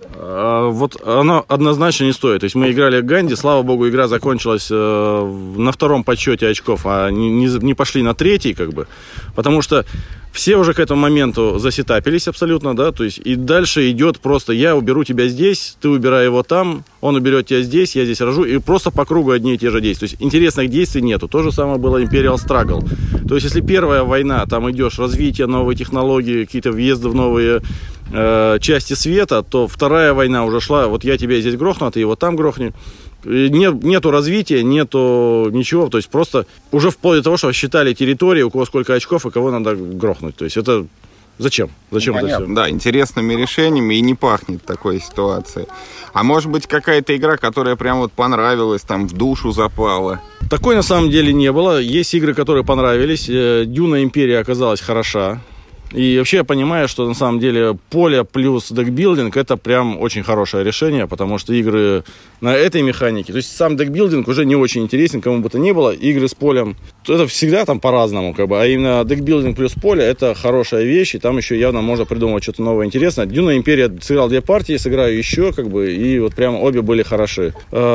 Вот оно однозначно не стоит. То есть мы играли Ганди, слава богу, игра закончилась э, на втором подсчете очков, а не, не, не пошли на третий, как бы. Потому что все уже к этому моменту засетапились абсолютно, да, то есть и дальше идет просто я уберу тебя здесь, ты убирай его там, он уберет тебя здесь, я здесь рожу, и просто по кругу одни и те же действия. То есть интересных действий нету. То же самое было Imperial Struggle. То есть если первая война, там идешь, развитие, новые технологии, какие-то въезды в новые э, части света, то вторая война уже шла, вот я тебя здесь грохну, а ты его там грохни. Нет, нету развития, нету ничего, то есть просто уже вплоть до того, что считали территории, у кого сколько очков и кого надо грохнуть. То есть это зачем? Зачем ну, это понятно, все? Да, интересными решениями и не пахнет такой ситуацией. А может быть какая-то игра, которая прям вот понравилась, там в душу запала? Такой на самом деле не было. Есть игры, которые понравились. Дюна Империя оказалась хороша. И вообще я понимаю, что на самом деле поле плюс декбилдинг это прям очень хорошее решение, потому что игры на этой механике, то есть сам декбилдинг уже не очень интересен, кому бы то ни было, игры с полем, это всегда там по-разному, как бы, а именно декбилдинг плюс поле это хорошая вещь, и там еще явно можно придумать что-то новое интересное. Дюна Империя сыграл две партии, сыграю еще, как бы, и вот прям обе были хороши.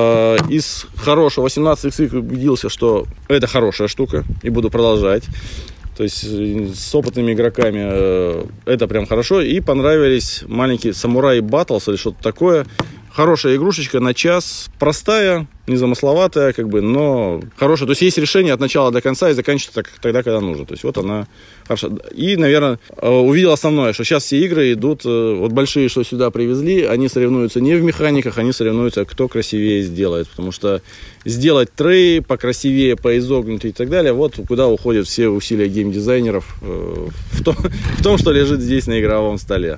Из хорошего восемнадцать икс убедился, что это хорошая штука, и буду продолжать. То есть с опытными игроками э, это прям хорошо. И понравились маленькие Samurai Battles или что-то такое. Хорошая игрушечка на час. Простая, незамысловатая, как бы, но хорошая. То есть есть решение от начала до конца и заканчивается так, тогда, когда нужно. То есть вот она хороша. И, наверное, увидел основное, что сейчас все игры идут, вот большие, что сюда привезли, они соревнуются не в механиках, они соревнуются, кто красивее сделает. Потому что сделать трей покрасивее, поизогнутый и так далее, вот куда уходят все усилия геймдизайнеров в том, в том, что лежит здесь на игровом столе.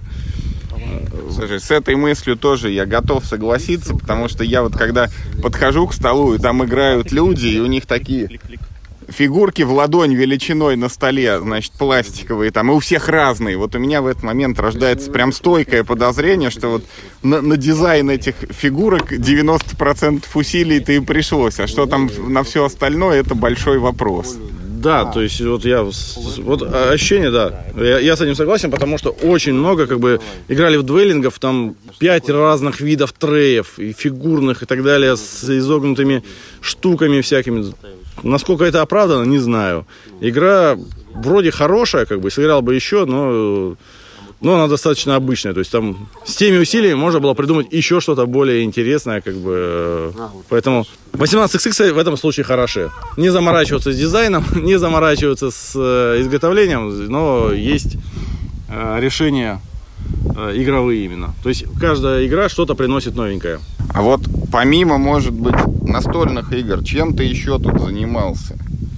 Слушай, с этой мыслью тоже я готов согласиться, потому что я вот когда подхожу к столу, и там играют люди, и у них такие фигурки в ладонь величиной на столе, значит, пластиковые, там, и у всех разные. Вот у меня в этот момент рождается прям стойкое подозрение, что вот на, на дизайн этих фигурок девяносто процентов усилий-то и пришлось, а что там на все остальное, это большой вопрос. Да, то есть вот я, вот ощущение, да, я, я с этим согласен, потому что очень много, как бы, играли в дуэлингов, там пять разных видов треев, и фигурных, и так далее, с изогнутыми штуками всякими. Насколько это оправдано, не знаю. Игра вроде хорошая, как бы, сыграл бы еще, но... Но она достаточно обычная, то есть там с теми усилиями можно было придумать еще что-то более интересное, как бы, поэтому восемнадцать икс икс в этом случае хороши. Не заморачиваться с дизайном, не заморачиваться с изготовлением, но есть решения игровые именно. То есть каждая игра что-то приносит новенькое. А вот помимо, может быть, настольных игр, чем ты еще тут занимался?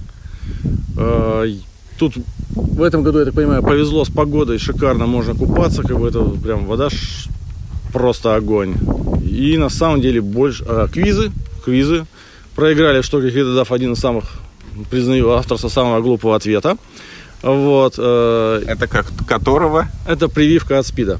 Тут в этом году, я так понимаю, повезло с погодой, шикарно можно купаться, как бы это прям вода просто огонь. И на самом деле больше... А, квизы, квизы. Проиграли в штуке, дав один из самых, признаю, авторства самого глупого ответа. Вот. Э, это как которого? Это прививка от СПИДа.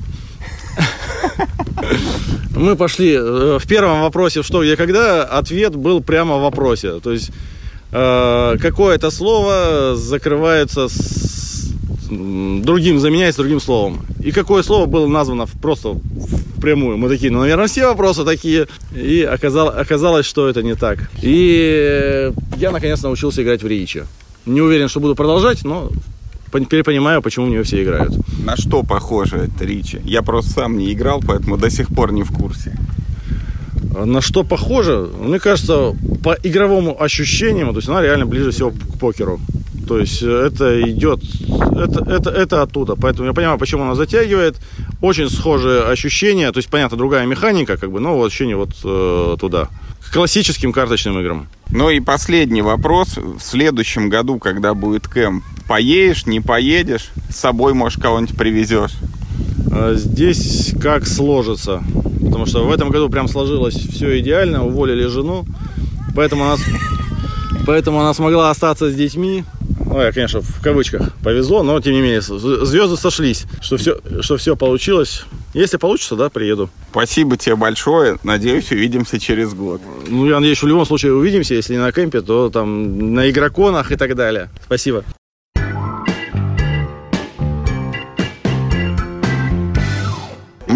Мы пошли в первом вопросе в что, где, когда, ответ был прямо в вопросе. То есть какое-то слово закрывается с другим, заменяется другим словом. И какое слово было названо просто впрямую. Мы такие, ну, наверное, все вопросы такие. И оказалось, оказалось, что это не так. И я, наконец, научился играть в Ричи. Не уверен, что буду продолжать, но теперь понимаю, почему в нее все играют. На что похоже это Ричи? Я просто сам не играл, поэтому до сих пор не в курсе. На что похоже? Мне кажется, по игровому ощущениям, то есть она реально ближе всего к покеру. То есть это идет, это, это, это оттуда. Поэтому я понимаю, почему она затягивает. Очень схожие ощущения. То есть, понятно, другая механика, как бы, но вот ощущение вот э, туда. К классическим карточным играм. Ну и последний вопрос. В следующем году, когда будет кэмп, поедешь, не поедешь? С собой, может, кого-нибудь привезешь? Здесь как сложится. Потому что в этом году прям сложилось все идеально. Уволили жену. Поэтому она, поэтому она смогла остаться с детьми. Ну, я, конечно, в кавычках повезло, но тем не менее звезды сошлись, что все, что все получилось. Если получится, да, приеду. Спасибо тебе большое. Надеюсь, увидимся через год. Ну, я надеюсь, в любом случае увидимся. Если не на кемпе, то там на игроконах и так далее. Спасибо.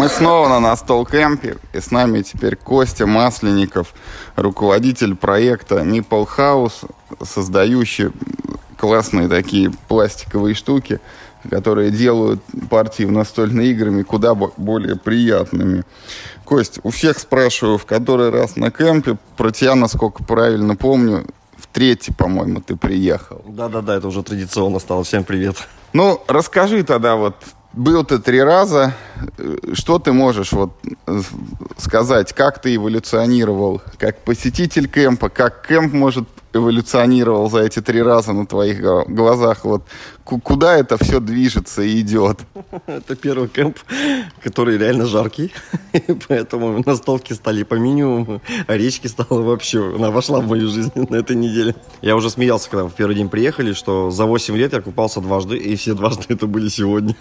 Мы снова на Настол Кэмпе, и с нами теперь Костя Масленников, руководитель проекта Meeple House, создающий классные такие пластиковые штуки, которые делают партии в настольные играми куда более приятными. Кость, у всех спрашиваю в который раз на кемпе, про тебя, насколько правильно помню, в третий, по-моему, ты приехал. Да-да-да, это уже традиционно стало. Всем привет. Ну, расскажи тогда, вот, был ты три раза, что ты можешь вот сказать, как ты эволюционировал как посетитель кемпа, как кемп, может, эволюционировал за эти три раза на твоих глазах, вот, куда это все движется и идет? Это первый кемп, который реально жаркий, поэтому настолки стали по минимуму, а речки стала вообще, она вошла в мою жизнь на этой неделе. Я уже смеялся, когда в первый день приехали, что за восемь лет я купался дважды, и все дважды это были сегодня.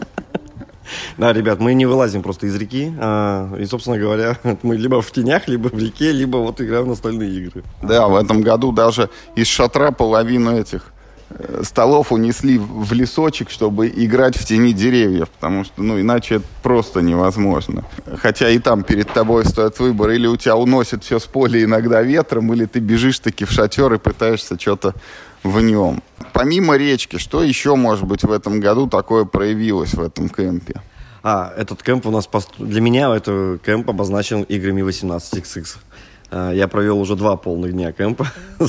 Да, ребят, мы не вылазим просто из реки, а, и, собственно говоря, мы либо в тенях, либо в реке, либо вот играем в настольные игры. Да, в этом году даже из шатра половину этих э, столов унесли в лесочек, чтобы играть в тени деревьев, потому что, ну, иначе это просто невозможно. Хотя и там перед тобой стоит выбор, или у тебя уносит все с поля иногда ветром, или ты бежишь таки в шатер и пытаешься что-то в нем. Помимо речки, что еще, может быть, в этом году такое проявилось в этом кемпе? А, этот кемп у нас, для меня это кемп обозначен играми восемнадцать икс икс. Я провел уже два полных дня кемпа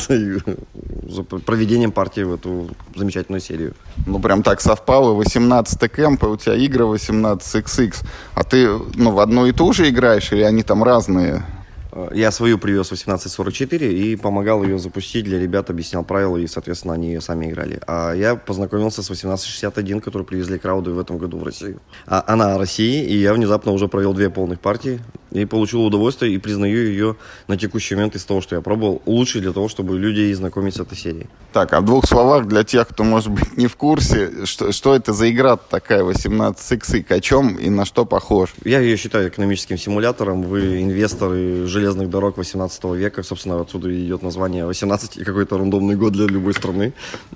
за проведением партии в эту замечательную серию. Ну, прям так совпало, восемнадцатый кемп, и у тебя игры восемнадцать икс икс. А ты, ну, в одну и ту же играешь, или они там разные? Я свою привез восемнадцать сорок четыре и помогал ее запустить для ребят, объяснял правила, и, соответственно, они ее сами играли. А я познакомился с восемнадцать шестьдесят один, которую привезли крауды в этом году в Россию. А она России, и я внезапно уже провел две полных партии и получил удовольствие, и признаю ее на текущий момент из того, что я пробовал, лучше для того, чтобы людей знакомить с этой серией. Так, а в двух словах для тех, кто, может быть, не в курсе, что, что это за игра такая восемнадцать икс икс, о чем и на что похож? Я ее считаю экономическим симулятором. Вы инвесторы железных дорог восемнадцатого века. Собственно, отсюда идет название восемнадцать и какой-то рандомный год для любой страны.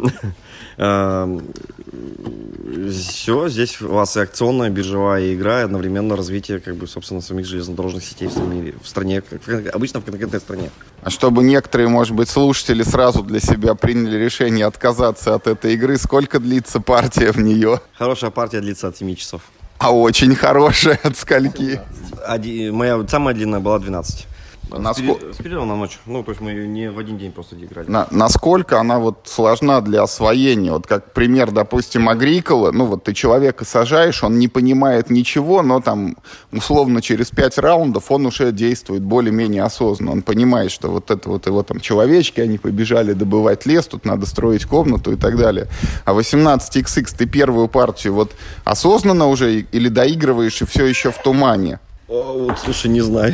Все, здесь у вас и акционная, биржевая игра, и одновременно развитие, как бы, собственно, самих железнодорожных сетей в мире, в стране, обычно в конкретной стране. А чтобы некоторые, может быть, слушатели сразу для себя приняли решение отказаться от этой игры, сколько длится партия в нее? Хорошая партия длится от семи часов. А очень хорошая от скольки? Один, моя самая длинная была двенадцать. Насколько... С перерывом на ночь. Ну, то есть мы не в один день просто играли. На, насколько она вот сложна для освоения? Вот как пример, допустим, Агрикола. Ну, вот ты человека сажаешь, он не понимает ничего, но там, условно, через пять раундов он уже действует более-менее осознанно. Он понимает, что вот это вот его там человечки, они побежали добывать лес, тут надо строить комнату и так далее. А восемнадцать икс икс ты первую партию вот осознанно уже или доигрываешь и все еще в тумане? О, вот, слушай, не знаю.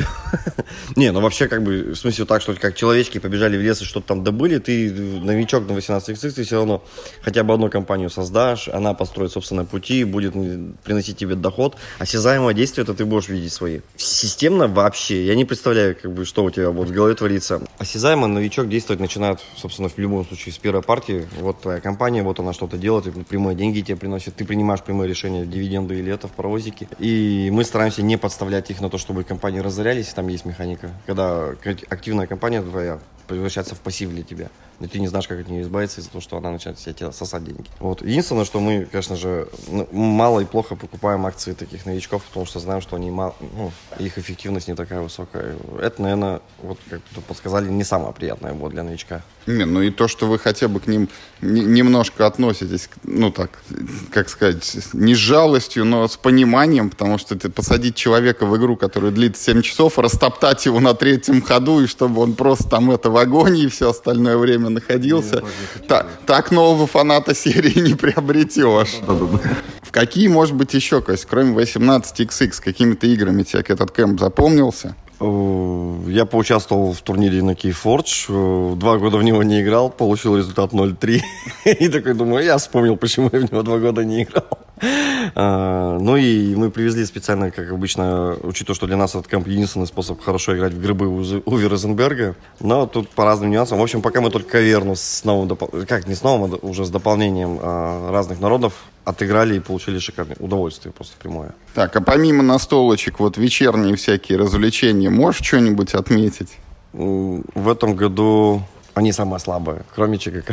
Не, ну вообще, как бы, в смысле так, что как человечки побежали в лес и что-то там добыли, ты новичок на восемнадцать икс икс, ты все равно хотя бы одну компанию создашь, она построит собственные пути, будет приносить тебе доход, осязаемое действие, это ты будешь видеть свои. Системно вообще, я не представляю, как бы, что у тебя вот в голове творится. Осязаемо новичок действовать начинает, собственно, в любом случае с первой партии. Вот твоя компания, вот она что-то делает, прямые деньги тебе приносит, ты принимаешь прямые решения, дивиденды или это в паровозике. И мы стараемся не подставлять их на то, чтобы компании разорялись, там есть механика. Когда активная компания твоя превращается в пассив для тебя, но ты не знаешь, как от нее избавиться из-за того, что она начинает себе тебя сосать деньги. Вот. Единственное, что мы, конечно же, мало и плохо покупаем акции таких новичков, потому что знаем, что они мало, ну, их эффективность не такая высокая. Это, наверное, вот как тут подсказали, не самое приятное вот для новичка. Не, ну и то, что вы хотя бы к ним не, немножко относитесь, ну так, как сказать, не с жалостью, но с пониманием, потому что ты посадить человека в игру, которая длится семь часов, растоптать его на третьем ходу, и чтобы он просто там это в агонии и все остальное время находился, так, так нового фаната серии не приобретешь. В какие, может быть, еще, Кость, кроме восемнадцать икс икс, какими-то играми тебе этот кемп запомнился? Я поучаствовал в турнире на Keyforge, два года в него не играл, получил результат ноль три. И такой думаю, я вспомнил, почему я в него два года не играл. Ну и мы привезли специально, как обычно, учитывая, что для нас этот кэмп единственный способ хорошо играть в грибы Уве Розенберга. Но тут по разным нюансам. В общем, пока мы только каверну с новым, допол- как не с новым, а уже с дополнением разных народов отыграли и получили шикарное удовольствие, просто прямое. Так, а помимо настолочек, вот вечерние всякие развлечения, можешь что-нибудь отметить? В этом году они самые слабые, кроме ЧКК.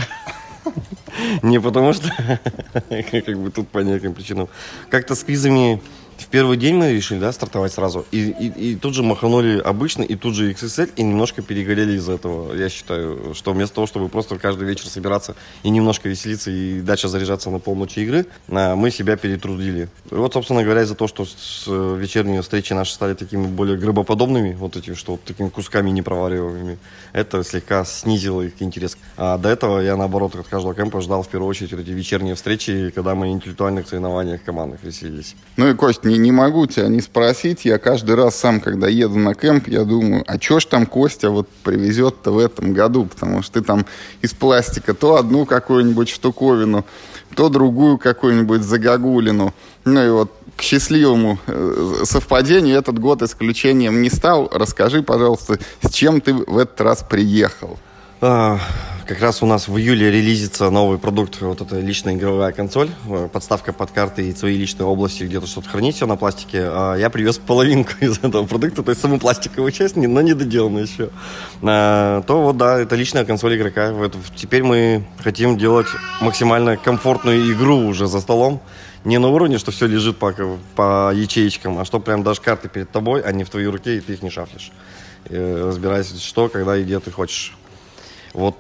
Не потому что, как бы тут по неким причинам. Как-то с квизами в первый день мы решили, да, стартовать сразу. И, и, и тут же маханули обычный, и тут же икс эс эль, и немножко перегорели из-за этого. Я считаю, что вместо того, чтобы просто каждый вечер собираться и немножко веселиться, и дальше заряжаться на полночи игры, мы себя перетрудили. И вот, собственно говоря, из-за того, что вечерние встречи наши стали такими более грибоподобными, вот этими, что вот такими кусками непровариваемыми, это слегка снизило их интерес. А до этого я, наоборот, от каждого кемпа ждал в первую очередь эти вечерние встречи, когда мы в интеллектуальных соревнованиях командных веселились. Ну и, Кость, не, не могу тебя не спросить. Я каждый раз сам, когда еду на кемп, я думаю, а чё ж там Костя вот привезет-то в этом году? Потому что ты там из пластика то одну какую-нибудь штуковину, то другую какую-нибудь загогулину. Ну и вот к счастливому совпадению этот год исключением не стал. Расскажи, пожалуйста, с чем ты в этот раз приехал? А, как раз у нас в июле релизится новый продукт, вот эта личная игровая консоль, подставка под карты и свои личные области, где-то что-то хранить все на пластике. А я привез половинку из этого продукта, то есть саму пластиковую часть, но не доделана еще. А, то вот да, это личная консоль игрока. Вот, теперь мы хотим делать максимально комфортную игру уже за столом. Не на уровне, что все лежит по, по ячеечкам, а что прям даже карты перед тобой, а не в твоей руке, и ты их не шафлишь. И разбирайся, что, когда и где ты хочешь. Вот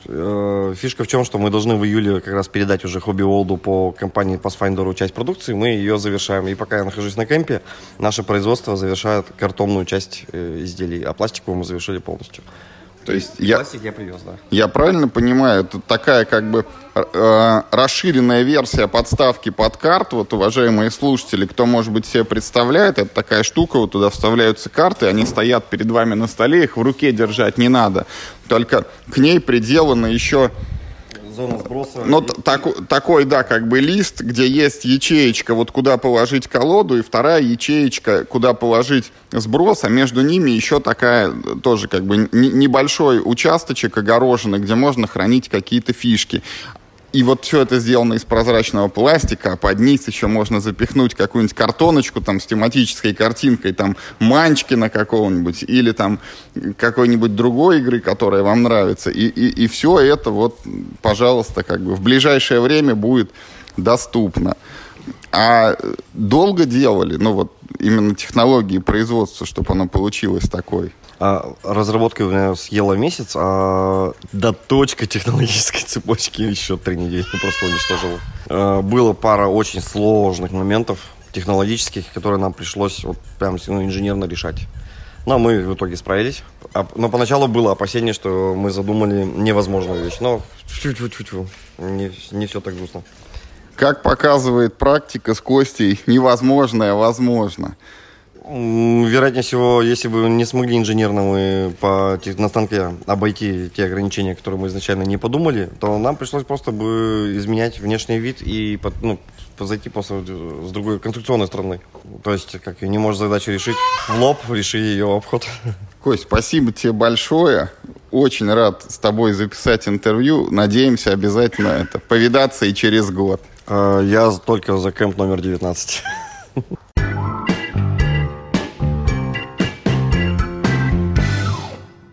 э, фишка в чем, что мы должны в июле как раз передать уже Hobby World по компании Pathfinder часть продукции, мы ее завершаем. И пока я нахожусь на кемпе, наше производство завершает картонную часть э, изделий, а пластиковую мы завершили полностью. То есть я, пластик я привез, да. Я правильно понимаю, это такая как бы э, расширенная версия подставки под карту. Вот, уважаемые слушатели, кто, может быть, себе представляет, это такая штука, вот туда вставляются карты, они стоят перед вами на столе, их в руке держать не надо. Только к ней приделано еще... Зона сброса. Ну, так, такой, да, как бы лист, где есть ячеечка, вот куда положить колоду, и вторая ячеечка, куда положить сброс, а между ними еще такая тоже как бы небольшой участочек огороженный, где можно хранить какие-то фишки. И вот все это сделано из прозрачного пластика, а под низ еще можно запихнуть какую-нибудь картоночку там с тематической картинкой, там Манчкина какого-нибудь или там какой-нибудь другой игры, которая вам нравится. И, и, и все это вот, пожалуйста, как бы в ближайшее время будет доступно. А долго делали, ну вот именно технологии производства, чтобы оно получилось такой? А, разработка у меня съела месяц, а доточка технологической цепочки еще три недели просто уничтожила. А, было пара очень сложных моментов технологических, которые нам пришлось вот прям ну, инженерно решать. Но мы в итоге справились. А, но поначалу было опасение, что мы задумали невозможную вещь. Но чуть-чуть, не, не все так грустно. Как показывает практика с Костей, невозможное возможно. Вероятнее всего, если бы не смогли инженерно мы по, на станке обойти те ограничения, которые мы изначально не подумали, то нам пришлось просто бы изменять внешний вид и ну, зайти просто с другой конструкционной стороны. То есть, как не можешь задачу решить в лоб, реши ее в обход. Кость, спасибо тебе большое. Очень рад с тобой записать интервью. Надеемся обязательно это повидаться и через год. Я только за кемп номер девятнадцать.